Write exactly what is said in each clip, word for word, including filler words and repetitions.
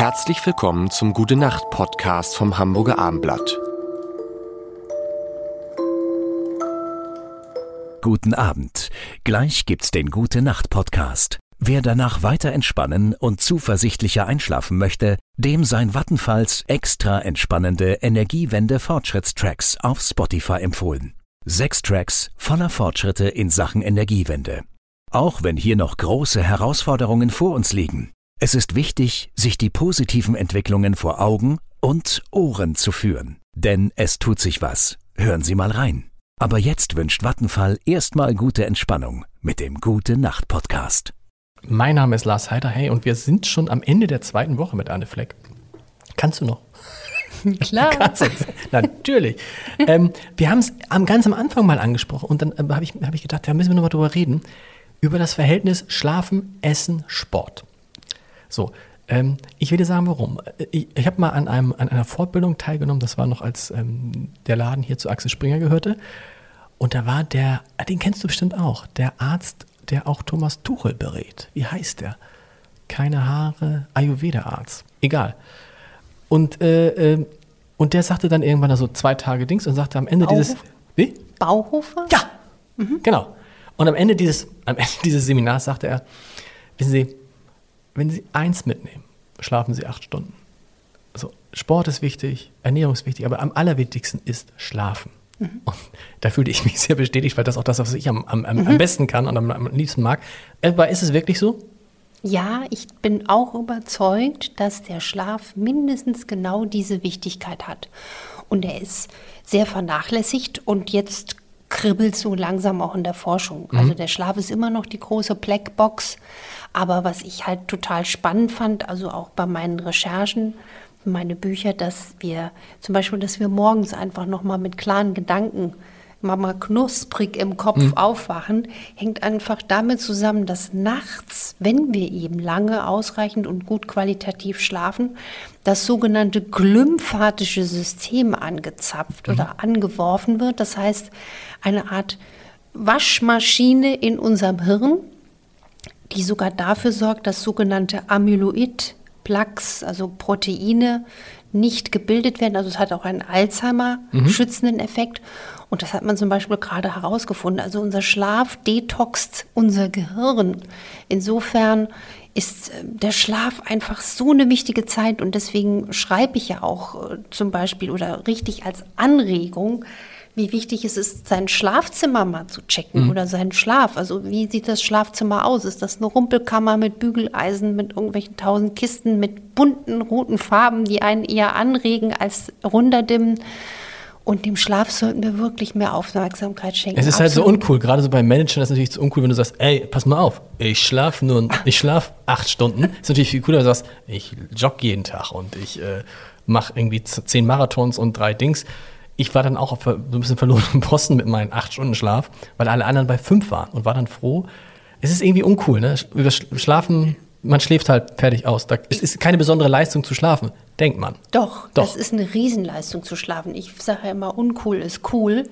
Herzlich willkommen zum Gute-Nacht-Podcast vom Hamburger Abendblatt. Guten Abend. Gleich gibt's den Gute-Nacht-Podcast. Wer danach weiter entspannen und zuversichtlicher einschlafen möchte, dem sein Vattenfalls extra entspannende Energiewende-Fortschrittstracks auf Spotify empfohlen. Sechs Tracks voller Fortschritte in Sachen Energiewende. Auch wenn hier noch große Herausforderungen vor uns liegen. Es ist wichtig, sich die positiven Entwicklungen vor Augen und Ohren zu führen. Denn es tut sich was. Hören Sie mal rein. Aber jetzt wünscht Vattenfall erstmal gute Entspannung mit dem Gute-Nacht-Podcast. Mein Name ist Lars Heider, hey, und wir sind schon am Ende der zweiten Woche mit Anne Fleck. Kannst du noch? Klar. Kannst du? Natürlich. ähm, wir haben es ganz am Anfang mal angesprochen und dann äh, habe ich, hab ich gedacht, da müssen wir nochmal drüber reden, über das Verhältnis Schlafen, Essen, Sport. So, ähm, ich will dir sagen, warum. Ich, ich habe mal an, einem, an einer Fortbildung teilgenommen, das war noch, als ähm, der Laden hier zu Axel Springer gehörte. Und da war der, den kennst du bestimmt auch, der Arzt, der auch Thomas Tuchel berät. Wie heißt der? Keine Haare, Ayurveda-Arzt. Egal. Und, äh, äh, und der sagte dann irgendwann so zwei Tage Dings und sagte am Ende Bauhof? dieses... Wie? Bauhofer? Ja, mhm. Genau. Und am Ende dieses, am Ende dieses Seminars sagte er, wissen Sie, wenn Sie eins mitnehmen, schlafen Sie acht Stunden. Also Sport ist wichtig, Ernährung ist wichtig, aber am allerwichtigsten ist Schlafen. Mhm. Und da fühlte ich mich sehr bestätigt, weil das auch das, was ich am, am, am, mhm. am besten kann und am, am liebsten mag. Aber ist es wirklich so? Ja, ich bin auch überzeugt, dass der Schlaf mindestens genau diese Wichtigkeit hat. Und er ist sehr vernachlässigt und jetzt kribbelt so langsam auch in der Forschung. Mhm. Also der Schlaf ist immer noch die große Blackbox. Aber was ich halt total spannend fand, also auch bei meinen Recherchen, meine Bücher, dass wir zum Beispiel, dass wir morgens einfach nochmal mit klaren Gedanken, mal knusprig im Kopf mhm. aufwachen, hängt einfach damit zusammen, dass nachts, wenn wir eben lange, ausreichend und gut qualitativ schlafen, das sogenannte glymphatische System angezapft mhm. oder angeworfen wird. Das heißt, eine Art Waschmaschine in unserem Hirn, die sogar dafür sorgt, dass sogenannte Amyloid-Plaques, also Proteine, nicht gebildet werden. Also es hat auch einen Alzheimer-schützenden Effekt. Und das hat man zum Beispiel gerade herausgefunden. Also unser Schlaf detoxt unser Gehirn. Insofern ist der Schlaf einfach so eine wichtige Zeit. Und deswegen schreibe ich ja auch äh, zum Beispiel oder richtig als Anregung, wie wichtig es ist, sein Schlafzimmer mal zu checken mhm. oder seinen Schlaf. Also wie sieht das Schlafzimmer aus? Ist das eine Rumpelkammer mit Bügeleisen, mit irgendwelchen tausend Kisten, mit bunten, roten Farben, die einen eher anregen als runterdimmen? Und dem Schlaf sollten wir wirklich mehr Aufmerksamkeit schenken. Es ist Absolut. Halt so uncool, gerade so beim Managern ist es natürlich so uncool, wenn du sagst, ey, pass mal auf, ich schlafe nur, ich schlafe acht Stunden. Ist natürlich viel cooler, wenn du sagst, ich jogge jeden Tag und ich äh, mache irgendwie zehn Marathons und drei Dings. Ich war dann auch auf so ein bisschen verlorenen Posten mit meinen acht Stunden Schlaf, weil alle anderen bei fünf waren und war dann froh. Es ist irgendwie uncool, ne? Über Schlafen, man schläft halt fertig aus. Da, es ist keine besondere Leistung zu schlafen, denkt man. Doch, Doch. das ist eine Riesenleistung zu schlafen. Ich sage ja immer, uncool ist cool.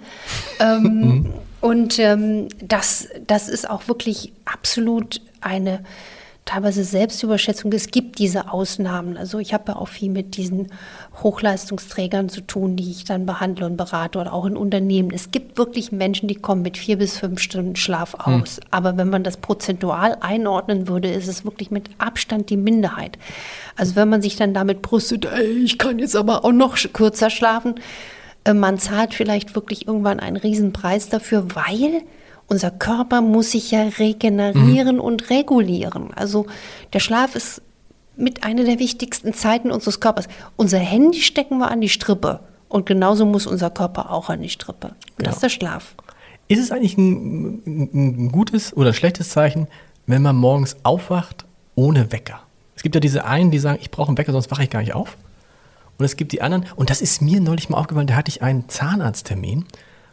ähm, und ähm, das, das ist auch wirklich absolut eine teilweise Selbstüberschätzung. Es gibt diese Ausnahmen. Also ich habe ja auch viel mit diesen Hochleistungsträgern zu tun, die ich dann behandle und berate oder auch in Unternehmen. Es gibt wirklich Menschen, die kommen mit vier bis fünf Stunden Schlaf aus. Hm. Aber wenn man das prozentual einordnen würde, ist es wirklich mit Abstand die Minderheit. Also wenn man sich dann damit brüstet, ey, ich kann jetzt aber auch noch kürzer schlafen, äh, man zahlt vielleicht wirklich irgendwann einen Riesenpreis dafür, weil unser Körper muss sich ja regenerieren mhm. und regulieren. Also der Schlaf ist mit einer der wichtigsten Zeiten unseres Körpers. Unser Handy stecken wir an die Strippe und genauso muss unser Körper auch an die Strippe. Und genau. Das ist der Schlaf. Ist es eigentlich ein, ein gutes oder schlechtes Zeichen, wenn man morgens aufwacht ohne Wecker? Es gibt ja diese einen, die sagen, ich brauche einen Wecker, sonst wache ich gar nicht auf. Und es gibt die anderen, und das ist mir neulich mal aufgefallen, da hatte ich einen Zahnarzttermin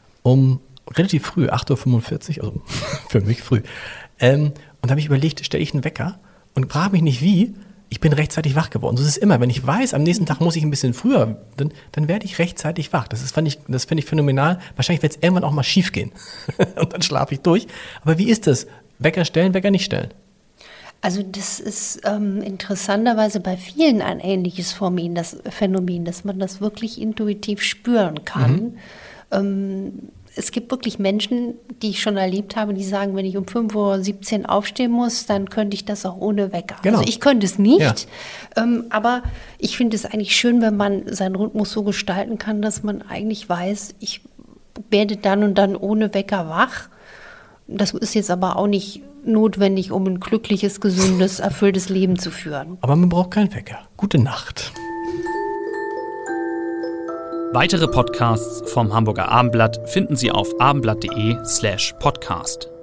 um relativ früh, acht Uhr fünfundvierzig, also für mich früh. Ähm, und da habe ich überlegt, stelle ich einen Wecker und frage mich nicht wie, ich bin rechtzeitig wach geworden. So ist es immer. Wenn ich weiß, am nächsten Tag muss ich ein bisschen früher, dann, dann werde ich rechtzeitig wach. Das ist, fand ich, das finde ich phänomenal. Wahrscheinlich wird es irgendwann auch mal schief gehen. Und dann schlafe ich durch. Aber wie ist das? Wecker stellen, Wecker nicht stellen? Also das ist ähm, interessanterweise bei vielen ein ähnliches Phänomen, das Phänomen, dass man das wirklich intuitiv spüren kann. Mhm. Ähm, es gibt wirklich Menschen, die ich schon erlebt habe, die sagen, wenn ich um fünf Uhr siebzehn aufstehen muss, dann könnte ich das auch ohne Wecker. Genau. Also ich könnte es nicht, ja. ähm, aber ich finde es eigentlich schön, wenn man seinen Rhythmus so gestalten kann, dass man eigentlich weiß, ich werde dann und dann ohne Wecker wach. Das ist jetzt aber auch nicht notwendig, um ein glückliches, gesundes, erfülltes Leben zu führen. Aber man braucht keinen Wecker. Gute Nacht. Weitere Podcasts vom Hamburger Abendblatt finden Sie auf abendblatt punkt de slash podcast.